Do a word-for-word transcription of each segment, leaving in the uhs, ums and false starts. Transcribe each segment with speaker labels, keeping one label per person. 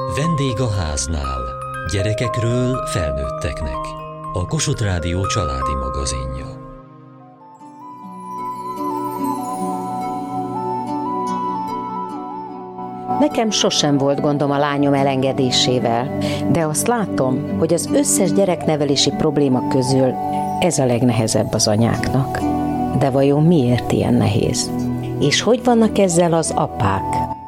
Speaker 1: Vendég a háznál. Gyerekekről felnőtteknek. A Kossuth Rádió családi magazinja.
Speaker 2: Nekem sosem volt gondom a lányom elengedésével, de azt látom, hogy az összes gyereknevelési probléma közül ez a legnehezebb az anyáknak. De vajon miért ilyen nehéz? És hogy vannak ezzel az apák?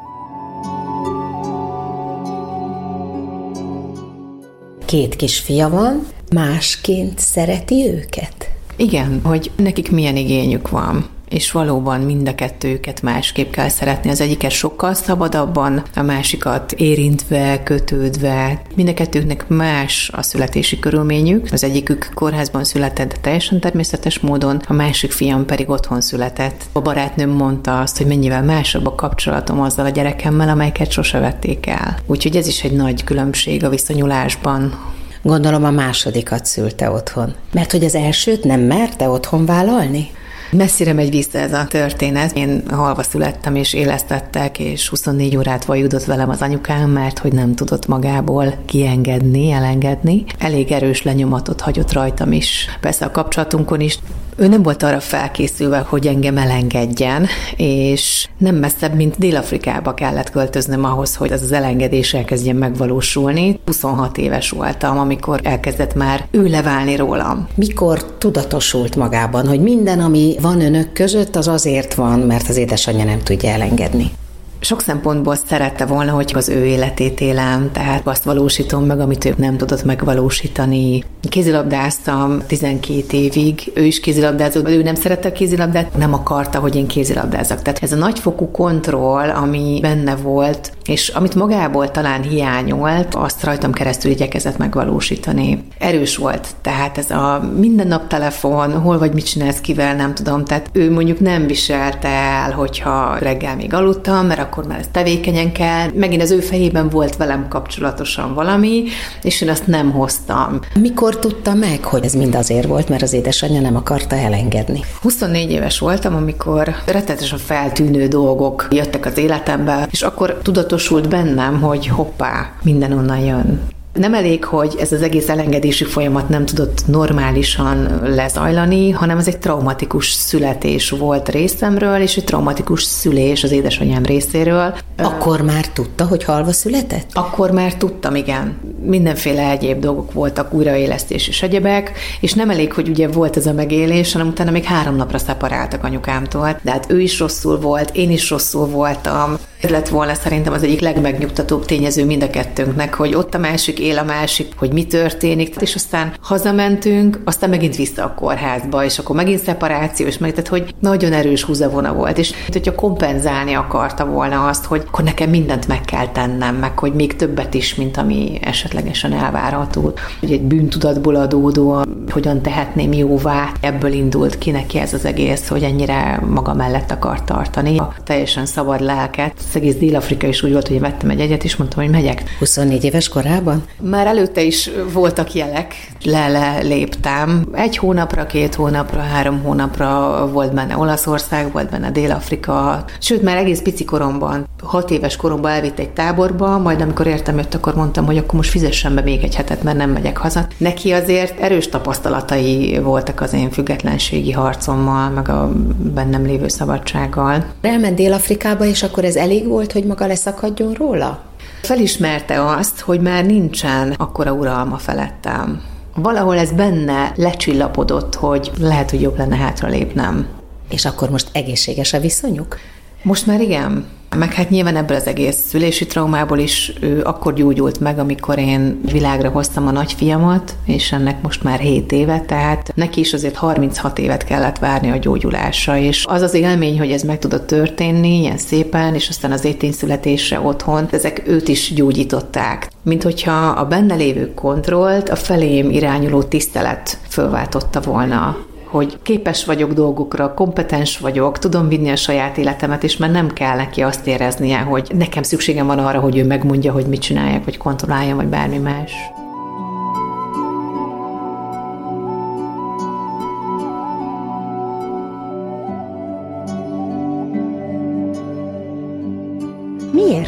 Speaker 2: Két kisfia van, másként szereti őket?
Speaker 3: Igen, hogy nekik milyen igényük van, és valóban mind a kettőjüket másképp kell szeretni. Az egyiket sokkal szabadabban, a másikat érintve, kötődve. Mind a kettőknek más a születési körülményük. Az egyikük kórházban született, de teljesen természetes módon, a másik fiam pedig otthon született. A barátnőm mondta azt, hogy mennyivel másabb a kapcsolatom azzal a gyerekemmel, amelyeket sose vették el. Úgyhogy ez is egy nagy különbség a viszonyulásban.
Speaker 2: Gondolom a másodikat szülte otthon. Mert hogy az elsőt nem merte otthon vállalni?
Speaker 3: Messzire megy vissza ez a történet. Én halva születtem, és élesztettek, és huszonnégy órát vajudott velem az anyukám, mert hogy nem tudott magából kiengedni, elengedni. Elég erős lenyomatot hagyott rajtam is, persze a kapcsolatunkon is. Ő nem volt arra felkészülve, hogy engem elengedjen, és nem messzebb, mint Dél-Afrikába kellett költöznöm ahhoz, hogy ez az elengedés elkezdjen megvalósulni. huszonhat éves voltam, amikor elkezdett már ő leválni rólam.
Speaker 2: Mikor tudatosult magában, hogy minden, ami van önök között, az azért van, mert az édesanyja nem tudja elengedni?
Speaker 3: Sok szempontból szerette volna, hogy az ő életét élem, tehát azt valósítom meg, amit ő nem tudott megvalósítani. Kézilabdáztam tizenkét évig, ő is kézilabdázott, ő nem szerette a kézilabdát, nem akarta, hogy én kézilabdázzak. Tehát ez a nagyfokú kontroll, ami benne volt, és amit magából talán hiányolt, azt rajtam keresztül igyekezett megvalósítani. Erős volt, tehát ez a minden nap telefon, hol vagy, mit csinálsz, kivel, nem tudom. Tehát ő mondjuk nem viselte el, hogyha reggel még aludtam, mert akkor már ez tevékenyen kell. Megint az ő fejében volt velem kapcsolatosan valami, és én azt nem hoztam.
Speaker 2: Mikor tudta meg, hogy ez mind azért volt, mert az édesanyja nem akarta elengedni?
Speaker 3: huszonnégy éves voltam, amikor rettenetesen feltűnő dolgok jöttek az életembe, és akkor tudatosult bennem, hogy hoppá, minden onnan jön. Nem elég, hogy ez az egész elengedési folyamat nem tudott normálisan lezajlani, hanem ez egy traumatikus születés volt részemről, és egy traumatikus szülés az édesanyám részéről.
Speaker 2: Akkor már tudta, hogy halva született?
Speaker 3: Akkor már tudtam, igen. Mindenféle egyéb dolgok voltak, újraélesztés és egyebek, és nem elég, hogy ugye volt ez a megélés, hanem utána még három napra szeparáltak anyukámtól. De hát ő is rosszul volt, én is rosszul voltam. Ez lett volna szerintem az egyik legmegnyugtatóbb tényező mind a kettőnknek, hogy ott a másik él a másik, hogy mi történik, és aztán hazamentünk, aztán megint vissza a kórházba, és akkor megint szeparáció, és meg, tehát, hogy nagyon erős húzavona volt, és hogyha kompenzálni akarta volna azt, hogy akkor nekem mindent meg kell tennem, meg hogy még többet is, mint ami esetlegesen elvárható. Hogy egy bűntudatból adódó, hogyan tehetném jóvá, ebből indult ki neki ez az egész, hogy ennyire maga mellett akar tartani. A teljesen szabad lelket. Az egész Dél-Afrika is úgy volt, hogy vettem egy egyet, és mondtam, hogy megyek.
Speaker 2: huszonnégy éves korában?
Speaker 3: Már előtte is voltak jelek, le-le léptem. Egy hónapra, két hónapra, három hónapra volt benne Olaszország, volt benne Dél-Afrika, sőt, már egész pici koromban, hat éves koromban elvitt egy táborba, majd amikor értem jött, akkor mondtam, hogy akkor most fizessen be még egy hetet, mert nem megyek haza. Neki azért erős tapasztalatai voltak az én függetlenségi harcommal, meg a bennem lévő szabadsággal.
Speaker 2: Elment Dél-Afrikába, és akkor ez elég volt, hogy maga leszakadjon róla?
Speaker 3: Felismerte azt, hogy már nincsen akkora uralma felettem. Valahol ez benne lecsillapodott, hogy lehet, hogy jobb lenne hátralépnem.
Speaker 2: És akkor most egészséges a viszonyuk?
Speaker 3: Most már igen. Meg hát nyilván ebből az egész szülési traumából is ő akkor gyógyult meg, amikor én világra hoztam a nagyfiamat, és ennek most már hét éve, tehát neki is azért harminchat évet kellett várni a gyógyulásra, és az az élmény, hogy ez meg tudott történni ilyen szépen, és aztán az étényszületésre otthon, ezek őt is gyógyították. Mint hogyha a benne lévő kontrollt a felém irányuló tisztelet fölváltotta volna, hogy képes vagyok dolgokra, kompetens vagyok, tudom vinni a saját életemet, és már nem kell neki azt éreznie, hogy nekem szükségem van arra, hogy ő megmondja, hogy mit csináljak, vagy kontrolláljam, vagy bármi más.
Speaker 2: Miért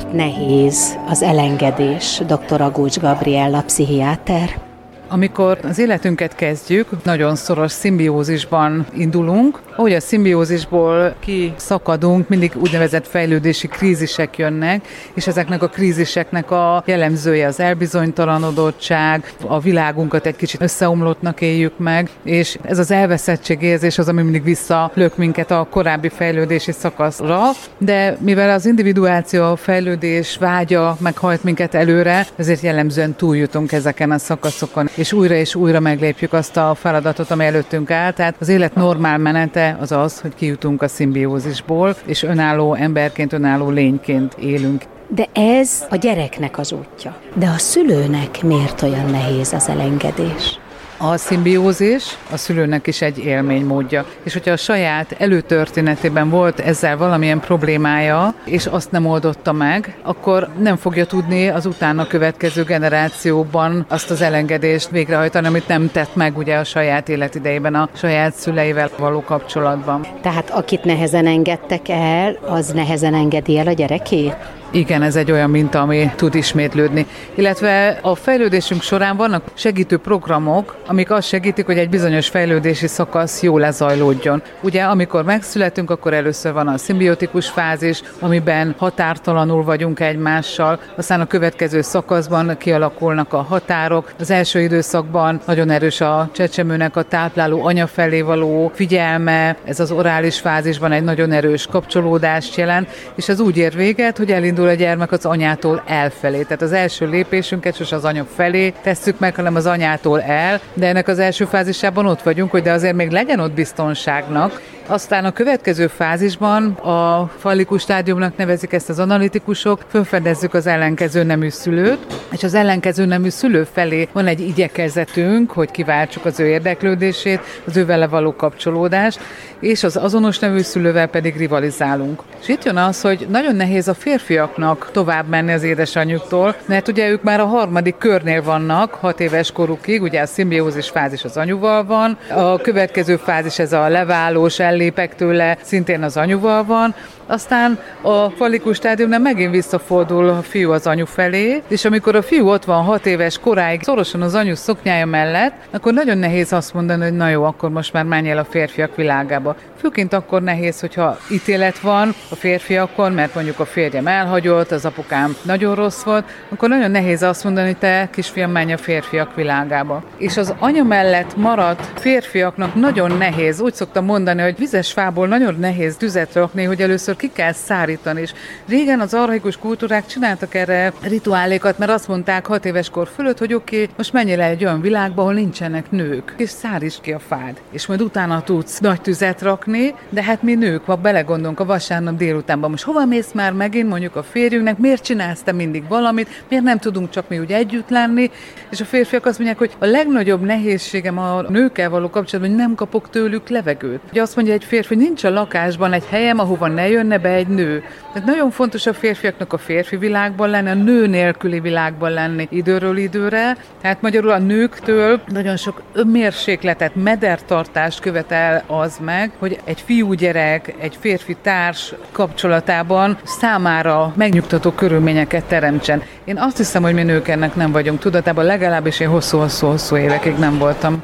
Speaker 2: Miért nehéz az elengedés, dr. Agócs Gabriella, pszichiáter?
Speaker 4: Amikor az életünket kezdjük, nagyon szoros szimbiózisban indulunk. Ahogy a szimbiózisból kiszakadunk, mindig úgynevezett fejlődési krízisek jönnek, és ezeknek a kríziseknek a jellemzője az elbizonytalanodottság, a világunkat egy kicsit összeomlottnak éljük meg, és ez az elveszettségérzés az, ami mindig visszalök minket a korábbi fejlődési szakaszra, de mivel az individuáció, a fejlődés vágya meghajt minket előre, ezért jellemzően túljutunk ezeken a szakaszokon, és újra és újra meglépjük azt a feladatot, ami előttünk áll. Tehát az élet normál menete az az, hogy kijutunk a szimbiózisból, és önálló emberként, önálló lényként élünk.
Speaker 2: De ez a gyereknek az útja. De a szülőnek miért olyan nehéz az elengedés?
Speaker 4: A szimbiózis a szülőnek is egy élménymódja. És hogyha a saját előtörténetében volt ezzel valamilyen problémája, és azt nem oldotta meg, akkor nem fogja tudni az utána következő generációban azt az elengedést végrehajtani, amit nem tett meg ugye a saját életidejében, a saját szüleivel való kapcsolatban.
Speaker 2: Tehát akit nehezen engedtek el, az nehezen engedi el a gyerekét?
Speaker 4: Igen, ez egy olyan minta, ami tud ismétlődni. Illetve a fejlődésünk során vannak segítő programok, amik azt segítik, hogy egy bizonyos fejlődési szakasz jól lezajlódjon. Ugye, amikor megszületünk, akkor először van a szimbiotikus fázis, amiben határtalanul vagyunk egymással, aztán a következő szakaszban kialakulnak a határok. Az első időszakban nagyon erős a csecsemőnek a tápláló anya felé való figyelme, ez az orális fázisban egy nagyon erős kapcsolódást jelent, és ez úgy ér véget, hogy elindul a gyermek az anyától elfelé. Tehát az első lépésünket sose az anya felé tesszük meg, hanem az anyától el, de ennek az első fázisában ott vagyunk, hogy de azért még legyen ott biztonságnak. Aztán a következő fázisban, a fallikus stádiumnak nevezik ezt az analitikusok, felfedezzük az ellenkező nemű szülőt, és az ellenkező nemű szülő felé van egy igyekezetünk, hogy kiváltsuk az ő érdeklődését, az ő vele való kapcsolódást, és az azonos nemű szülővel pedig rivalizálunk. És itt jön az, hogy nagyon nehéz a férfiaknak tovább menni az édesanyjuktól, mert ugye ők már a harmadik körnél vannak, hat éves korukig, ugye a szimbiózis fázis az anyuval van, a következő fázis ez a leválós, ellépek tőle, szintén az anyuval van, aztán a fallikus stádiumnál megint visszafordul a fiú az anyu felé, és amikor a fiú ott van hat éves koráig szorosan az anyu szoknyája mellett, akkor nagyon nehéz azt mondani, hogy na jó, akkor most már menj el a férfiak világába. Főként akkor nehéz, hogyha ítélet van a férfiakon, mert mondjuk a férjem elhagyott, az apukám nagyon rossz volt, akkor nagyon nehéz azt mondani, hogy te kisfiam, menj a férfiak világába. És az anya mellett maradt férfiaknak nagyon nehéz, úgy szoktam mondani, hogy vizes fából nagyon nehéz tüzet rakni, hogy először ki kell szárítani. És régen az archaikus kultúrák csináltak erre rituálékat, mert azt mondták hat éves kor fölött, hogy oké, okay, most menjél el egy olyan világba, ahol nincsenek nők, és szárítsd ki a fád. És majd utána tudsz nagy tüzet rakni, de hát mi nők, ma belegondolunk a vasárnap délutánban, most hova mész már megint, mondjuk a férjünknek, miért csinálsz te mindig valamit, miért nem tudunk csak mi úgy együtt lenni, és a férfiak azt mondják, hogy a legnagyobb nehézségem a nőkkel való kapcsolatban, hogy nem kapok tőlük levegőt. Ugye azt mondja egy férfi, hogy nincs a lakásban egy helyem, ahova ne jönne be egy nő. Tehát nagyon fontos a férfiaknak a férfi világban lenni, a nő nélküli világban lenni időről időre. Tehát magyarul a nőktől nagyon sok mérsékletet, medertartást követel az meg, hogy egy fiúgyerek, egy férfi társ kapcsolatában számára megnyugtató körülményeket teremtsen. Én azt hiszem, hogy mi nők ennek nem vagyunk tudatában, legalábbis én hosszú-hosszú-hosszú évekig nem voltam.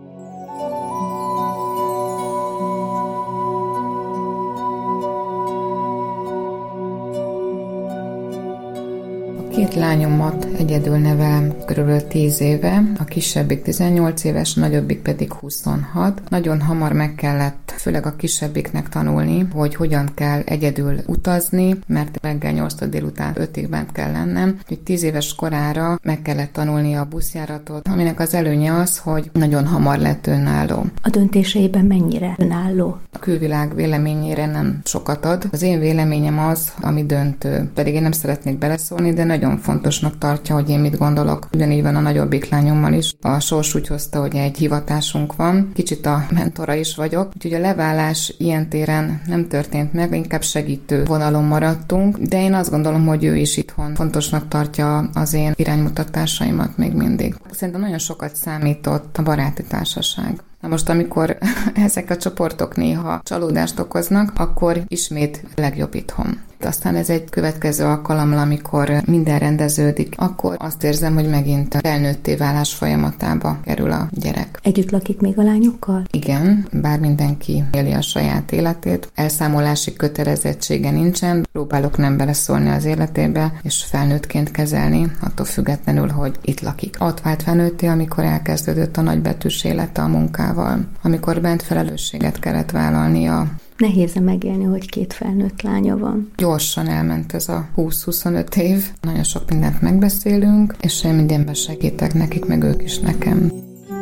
Speaker 5: Két lányomat egyedül nevelem körülbelül tíz éve, a kisebbik tizennyolc éves, a nagyobbik pedig huszonhat. Nagyon hamar meg kellett, főleg a kisebbiknek tanulni, hogy hogyan kell egyedül utazni, mert reggel nyolctól délután ötig bent kell lennem. Úgyhogy tíz éves korára meg kellett tanulni a buszjáratot, aminek az előnye az, hogy nagyon hamar lett önálló.
Speaker 6: A döntéseiben mennyire önálló?
Speaker 5: A külvilág véleményére nem sokat ad. Az én véleményem az, ami döntő. Pedig én nem szeretnék beleszólni, de nagyon fontosnak tartja, hogy én mit gondolok. Ugyanígy van a nagyobbik lányommal is. A sors úgy hozta, hogy egy hivatásunk van. Kicsit a mentora is vagyok. Úgyhogy a leválás ilyen téren nem történt meg, inkább segítő vonalon maradtunk, de én azt gondolom, hogy ő is itthon fontosnak tartja az én iránymutatásaimat még mindig. Szerintem nagyon sokat számított a baráti társaság. Na most, amikor ezek a csoportok néha csalódást okoznak, akkor ismét legjobb itthon. Aztán ez egy következő alkalommal, amikor minden rendeződik, akkor azt érzem, hogy megint a felnőtté válás folyamatába kerül a gyerek.
Speaker 6: Együtt lakik még a lányokkal?
Speaker 5: Igen, bár mindenki éli a saját életét. Elszámolási kötelezettsége nincsen, próbálok nem beleszólni az életébe, és felnőttként kezelni, attól függetlenül, hogy itt lakik. Ott vált felnőtté, amikor elkezdődött a nagybetűs élete a munkával, amikor bent felelősséget kellett vállalnia.
Speaker 6: Nehéz megélni, hogy két felnőtt lánya van.
Speaker 5: Gyorsan elment ez a húsz-huszonöt év. Nagyon sok mindent megbeszélünk, és én mindenben segítek nekik, meg ők is nekem.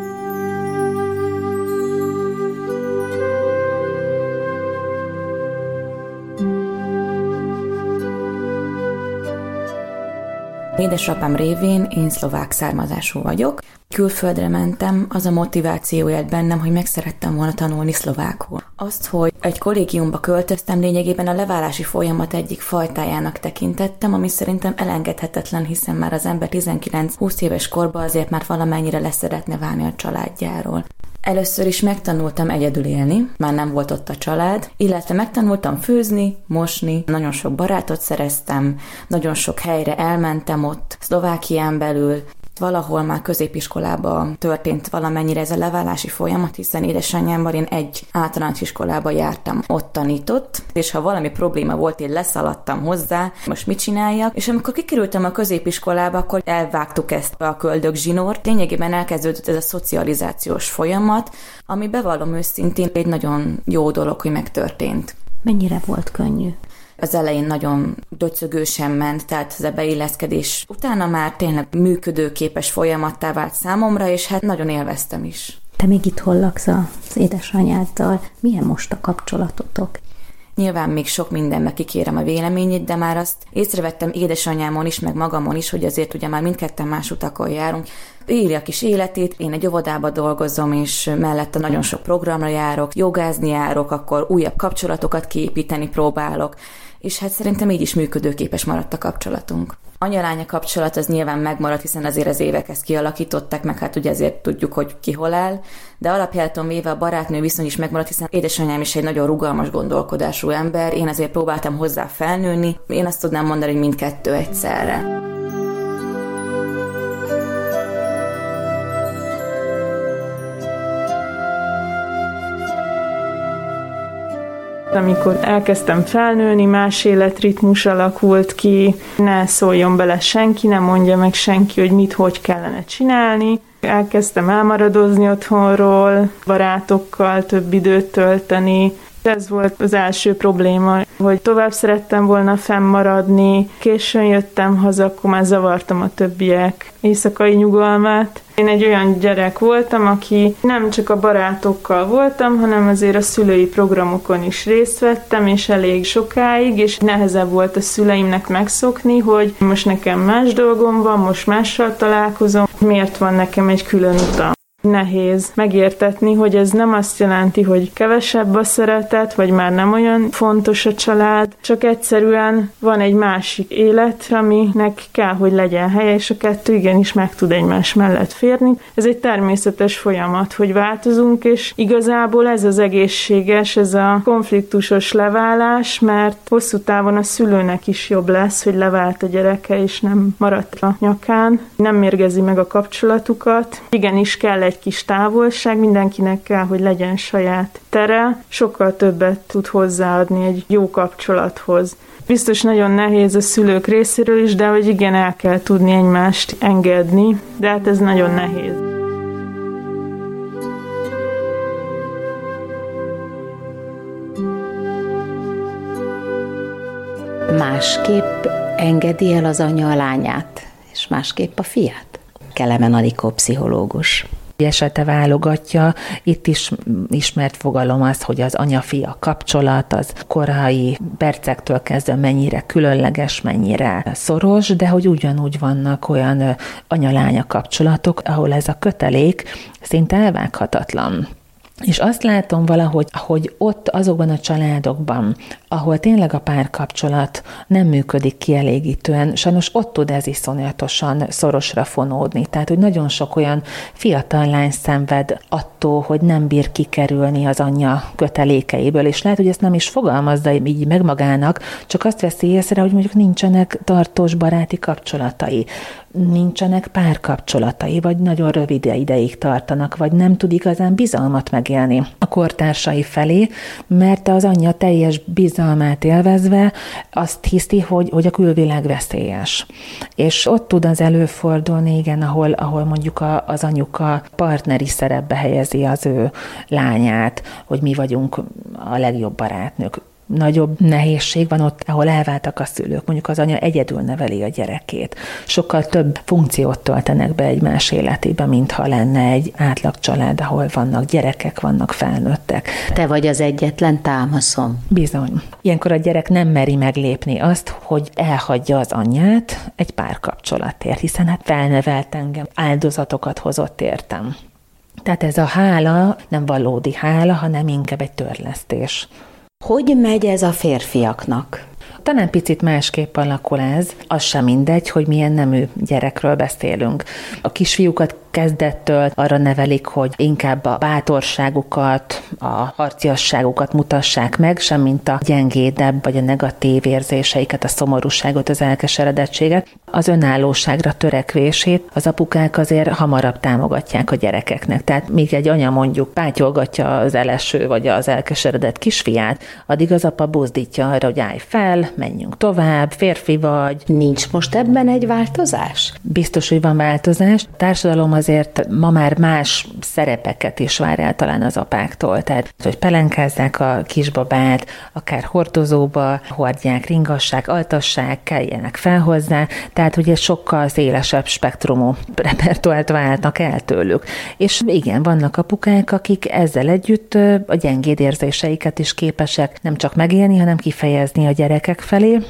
Speaker 7: Édesapám révén én szlovák származású vagyok. Külföldre mentem, az a motiváció élt bennem, hogy meg szerettem volna tanulni szlovákul. Azt, hogy egy kollégiumba költöztem, lényegében a leválási folyamat egyik fajtájának tekintettem, ami szerintem elengedhetetlen, hiszen már az ember tizenkilenc-húsz éves korban azért már valamennyire leszeretne válni a családjáról. Először is megtanultam egyedül élni, már nem volt ott a család, illetve megtanultam főzni, mosni, nagyon sok barátot szereztem, nagyon sok helyre elmentem ott, Szlovákián belül, valahol már középiskolában történt valamennyire ez a leválási folyamat, hiszen édesanyámmal én egy általános iskolába jártam, ott tanított, és ha valami probléma volt, én leszaladtam hozzá, most mit csináljak, és amikor kikerültem a középiskolába, akkor elvágtuk ezt a köldögzsinort, lényegében elkezdődött ez a szocializációs folyamat, ami bevallom őszintén egy nagyon jó dolog, hogy megtörtént.
Speaker 6: Mennyire volt könnyű?
Speaker 7: Az elején nagyon döcögősen ment, tehát az a beilleszkedés utána már tényleg működőképes folyamattá vált számomra, és hát nagyon élveztem is.
Speaker 6: Te még itthon laksz az édesanyáddal. Milyen most a kapcsolatotok?
Speaker 7: Nyilván még sok mindenbe kikérem a véleményét, de már azt észrevettem édesanyámon is, meg magamon is, hogy azért ugye már mindketten más utakon járunk. Ő írja a kis életét, én egy óvodába dolgozom, és mellette nagyon sok programra járok, jogázni járok, akkor újabb kapcsolatokat kiépíteni próbálok, és hát szerintem így is működőképes maradt a kapcsolatunk. Anya-lánya kapcsolat az nyilván megmaradt, hiszen azért az évek ezt kialakították, meg hát ugye azért tudjuk, hogy ki hol áll, de alapjáton véve a barátnő viszony is megmaradt, hiszen édesanyám is egy nagyon rugalmas gondolkodású ember, én azért próbáltam hozzá felnőni, én azt tudnám mondani, hogy mindkettő egyszerre.
Speaker 8: Amikor elkezdtem felnőni, más életritmus alakult ki, ne szóljon bele senki, ne mondja meg senki, hogy mit, hogy kellene csinálni. Elkezdtem elmaradozni otthonról, barátokkal több időt tölteni. Ez volt az első probléma, hogy tovább szerettem volna fennmaradni, későn jöttem haza, akkor már zavartam a többiek éjszakai nyugalmát. Én egy olyan gyerek voltam, aki nem csak a barátokkal voltam, hanem azért a szülői programokon is részt vettem, és elég sokáig, és nehezebb volt a szüleimnek megszokni, hogy most nekem más dolgom van, most mással találkozom, miért van nekem egy külön utam. Nehéz megértetni, hogy ez nem azt jelenti, hogy kevesebb a szeretet, vagy már nem olyan fontos a család, csak egyszerűen van egy másik élet, aminek kell, hogy legyen helye, és a kettő igenis meg tud egymás mellett férni. Ez egy természetes folyamat, hogy változunk, és igazából ez az egészséges, ez a konfliktusos leválás, mert hosszú távon a szülőnek is jobb lesz, hogy levált a gyereke, és nem maradt a nyakán, nem mérgezi meg a kapcsolatukat. Igenis kell egy kis távolság, mindenkinek kell, hogy legyen saját tere, sokkal többet tud hozzáadni egy jó kapcsolathoz. Biztos nagyon nehéz a szülők részéről is, de hogy igen, el kell tudni egymást engedni, de hát ez nagyon nehéz.
Speaker 2: Másképp engedi el az anya a lányát, és másképp a fiát? Kelemen Anikó pszichológus.
Speaker 9: Esete válogatja, itt is ismert fogalom az, hogy az anya-fia kapcsolat, az korai percektől kezdve mennyire különleges, mennyire szoros, de hogy ugyanúgy vannak olyan anya-lánya kapcsolatok, ahol ez a kötelék szinte elvághatatlan. És azt látom valahogy, hogy ott azokban a családokban, ahol tényleg a párkapcsolat nem működik kielégítően, sajnos ott tud ez iszonyatosan szorosra fonódni. Tehát, hogy nagyon sok olyan fiatal lány szenved attól, hogy nem bír kikerülni az anyja kötelékeiből, és lehet, hogy ezt nem is fogalmazza így meg magának, csak azt veszi észre, hogy mondjuk nincsenek tartós baráti kapcsolatai, nincsenek párkapcsolatai, vagy nagyon rövid ideig tartanak, vagy nem tud igazán bizalmat megélni a kortársai felé, mert az anyja teljes bizalmát élvezve azt hiszi, hogy, hogy a külvilág veszélyes. És ott tud az előfordulni, igen, ahol, ahol mondjuk a, az anyuka partneri szerepbe helyezi az ő lányát, hogy mi vagyunk a legjobb barátnők. Nagyobb nehézség van ott, ahol elváltak a szülők. Mondjuk az anya egyedül neveli a gyerekét. Sokkal több funkciót töltenek be egymás életébe, mintha lenne egy átlag család, ahol vannak gyerekek, vannak felnőttek.
Speaker 2: Te vagy az egyetlen támaszom.
Speaker 9: Bizony. Ilyenkor a gyerek nem meri meglépni azt, hogy elhagyja az anyját egy párkapcsolatért, hiszen hát felnevelt engem, áldozatokat hozott értem. Tehát ez a hála nem valódi hála, hanem inkább egy törlesztés.
Speaker 2: Hogy megy ez a férfiaknak?
Speaker 9: Talán picit másképp alakul ez. Az sem mindegy, hogy milyen nemű gyerekről beszélünk. A kisfiúkat kezdettől arra nevelik, hogy inkább a bátorságukat, a harciasságukat mutassák meg, semmint a gyengédebb vagy a negatív érzéseiket, a szomorúságot, az elkeseredettséget. Az önállóságra törekvését az apukák azért hamarabb támogatják a gyerekeknek. Tehát míg egy anya mondjuk pátyolgatja az eleső vagy az elkeseredett kisfiát, addig az apa buzdítja arra, hogy állj fel, menjünk tovább, férfi vagy.
Speaker 2: Nincs most ebben egy változás?
Speaker 9: Biztos, hogy van változás. A társadalom azért ma már más szerepeket is vár el talán az apáktól. Tehát, hogy pelenkázzák a kisbabát, akár hordozóba, hordják, ringassák, altassák, keljenek fel hozzá. Tehát, hogy ez sokkal szélesebb spektrumú repertoárt váltnak el tőlük. És igen, vannak apukák, akik ezzel együtt a gyengéd érzéseiket is képesek nem csak megélni, hanem kifejezni a gyerekek felé,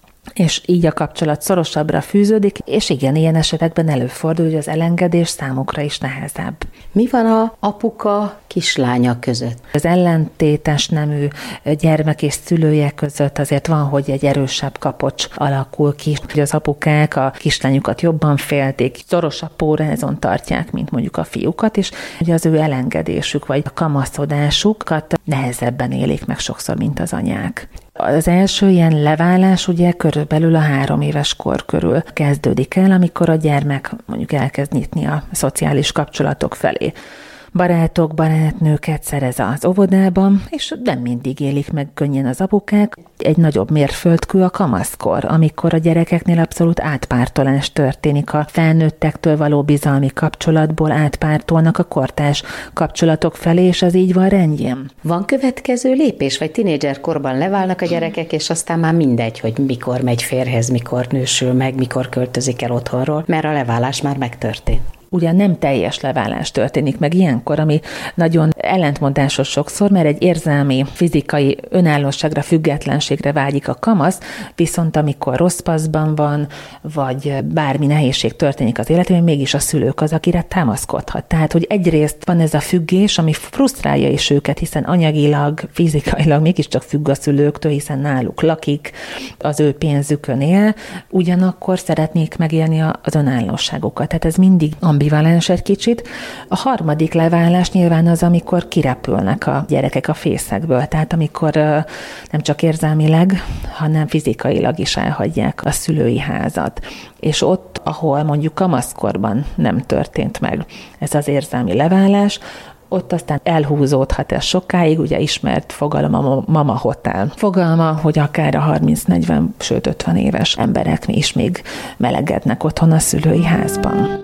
Speaker 9: és így a kapcsolat szorosabbra fűződik, és igen, ilyen esetekben előfordul, hogy az elengedés számukra is nehezebb.
Speaker 2: Mi van a apuka kislánya között?
Speaker 9: Az ellentétes nemű gyermek és szülője között azért van, hogy egy erősebb kapocs alakul ki, hogy az apukák a kislányukat jobban féltik, szorosabb pórázon tartják, mint mondjuk a fiúkat, és hogy az ő elengedésük vagy a kamaszodásukat nehezebben élik meg sokszor, mint az anyák. Az első ilyen leválás ugye körülbelül a három éves kor körül kezdődik el, amikor a gyermek mondjuk elkezd nyitni a szociális kapcsolatok felé. Barátok, barátnőket szerez az óvodában, és nem mindig élik meg könnyen az apukák. Egy nagyobb mérföldkő a kamaszkor, amikor a gyerekeknél abszolút átpártolás történik. A felnőttektől való bizalmi kapcsolatból átpártolnak a kortárs kapcsolatok felé, és az így van rendjén.
Speaker 2: Van következő lépés, vagy tinédzser korban leválnak a gyerekek, és aztán már mindegy, hogy mikor megy férjhez, mikor nősül meg, mikor költözik el otthonról, mert a leválás már megtörtént.
Speaker 9: Ugyan nem teljes leválás történik meg ilyenkor, ami nagyon ellentmondásos sokszor, mert egy érzelmi, fizikai önállóságra, függetlenségre vágyik a kamasz, viszont amikor rossz paszban van, vagy bármi nehézség történik az életében, mégis a szülők az, akire támaszkodhat. Tehát, hogy egyrészt van ez a függés, ami frusztrálja is őket, hiszen anyagilag, fizikailag mégiscsak függ a szülőktől, hiszen náluk lakik, az ő pénzükön él, ugyanakkor szeretnék megélni az önállóságukat. Tehát ez mindig ambivalens egy kicsit. A harmadik leválás nyilván az, amikor kirepülnek a gyerekek a fészekből, tehát amikor nem csak érzelmileg, hanem fizikailag is elhagyják a szülői házat. És ott, ahol mondjuk kamaszkorban nem történt meg ez az érzelmi leválás, ott aztán elhúzódhat ez sokáig, ugye ismert fogalom a mama hotel fogalma, hogy akár a harminc-negyven, sőt ötven éves emberek is még melegednek otthon a szülői házban.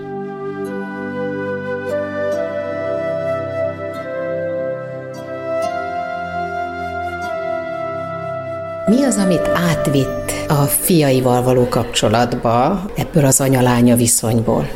Speaker 2: Mi az, amit átvitt a fiaival való kapcsolatba ebből az anya-lánya viszonyból?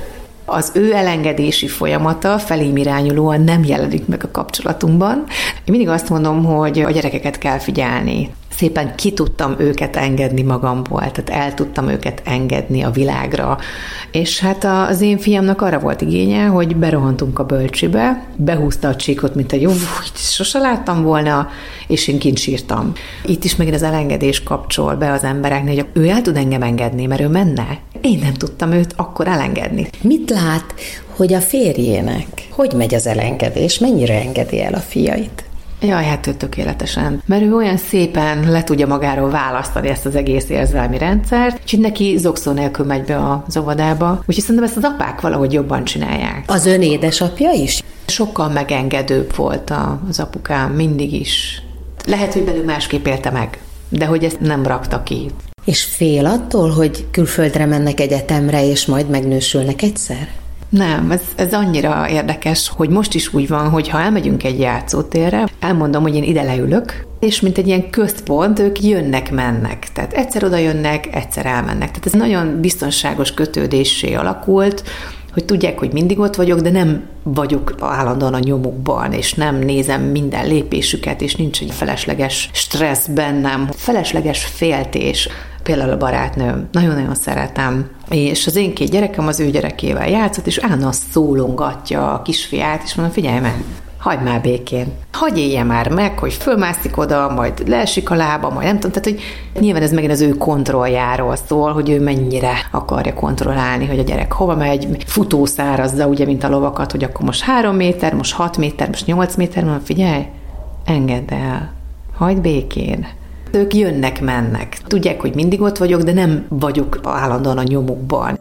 Speaker 3: Az ő elengedési folyamata felém irányulóan nem jelenik meg a kapcsolatunkban. Én mindig azt mondom, hogy a gyerekeket kell figyelni. Szépen ki tudtam őket engedni magamból, tehát el tudtam őket engedni a világra. És hát az én fiamnak arra volt igénye, hogy berohantunk a bölcsibe, behúzta a csíkot, mint egy jó, sose láttam volna, és én kint sírtam. Itt is megint az elengedés kapcsol be az embereknél, hogy ő el tud engem engedni, mert ő menne. Én nem tudtam őt akkor elengedni.
Speaker 2: Mit lát, hogy a férjének hogy megy az elengedés, mennyire engedi el a fiait?
Speaker 3: Jaj, hát ő tökéletesen. Mert ő olyan szépen le tudja magáról választani ezt az egész érzelmi rendszert, úgyhogy neki zokszó nélkül megy be az óvodába. Úgyhogy szerintem ezt az apák valahogy jobban csinálják.
Speaker 2: Az ön édesapja is?
Speaker 3: Sokkal megengedőbb volt az apukám, mindig is. Lehet, hogy belül másképp élte meg, de hogy ezt nem rakta ki.
Speaker 2: És fél attól, hogy külföldre mennek egyetemre, és majd megnősülnek egyszer?
Speaker 3: Nem, ez, ez annyira érdekes, hogy most is úgy van, hogy ha elmegyünk egy játszótérre, elmondom, hogy én ide leülök, és mint egy ilyen központ, ők jönnek-mennek. Tehát egyszer oda jönnek, egyszer elmennek. Tehát ez nagyon biztonságos kötődéssé alakult, hogy tudják, hogy mindig ott vagyok, de nem vagyok állandóan a nyomukban, és nem nézem minden lépésüket, és nincs egy felesleges stressz bennem, felesleges féltés. Például a barátnőm, nagyon-nagyon szeretem, és az én két gyerekem az ő gyerekével játszott, és állandóan szólongatja a kisfiát, és mondom, figyelj meg, hagyd már békén. Hagyj élje már meg, hogy fölmászik oda, majd leesik a lába, majd nem tudom. Tehát, hogy nyilván ez megint az ő kontrolljáról szól, hogy ő mennyire akarja kontrollálni, hogy a gyerek hova megy, futószárazza, ugye, mint a lovakat, hogy akkor most három méter, most hat méter, most nyolc méter, mondom, figyelj, engedd el, hagyd békén. Ők jönnek-mennek. Tudják, hogy mindig ott vagyok, de nem vagyok állandóan a nyomukban.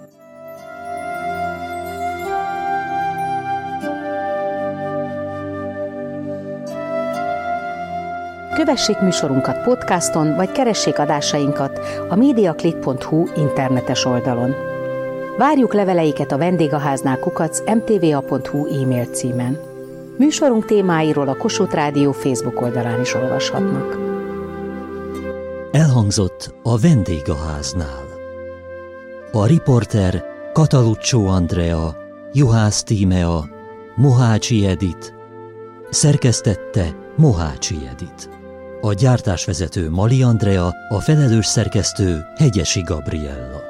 Speaker 2: Kövessék műsorunkat podcaston, vagy keressék adásainkat a mediaclick pont hu internetes oldalon. Várjuk leveleiket a vendégháznál kukac em té vé á pont hu e-mail címen. Műsorunk témáiról a Kossuth Rádió Facebook oldalán is olvashatnak.
Speaker 1: Elhangzott a vendégháznál. A riporter Kataluccio Andrea, Juhász Tímea, Mohácsi Edit, szerkesztette Mohácsi Edit. A gyártásvezető Mali Andrea, a felelős szerkesztő Hegyesi Gabriella.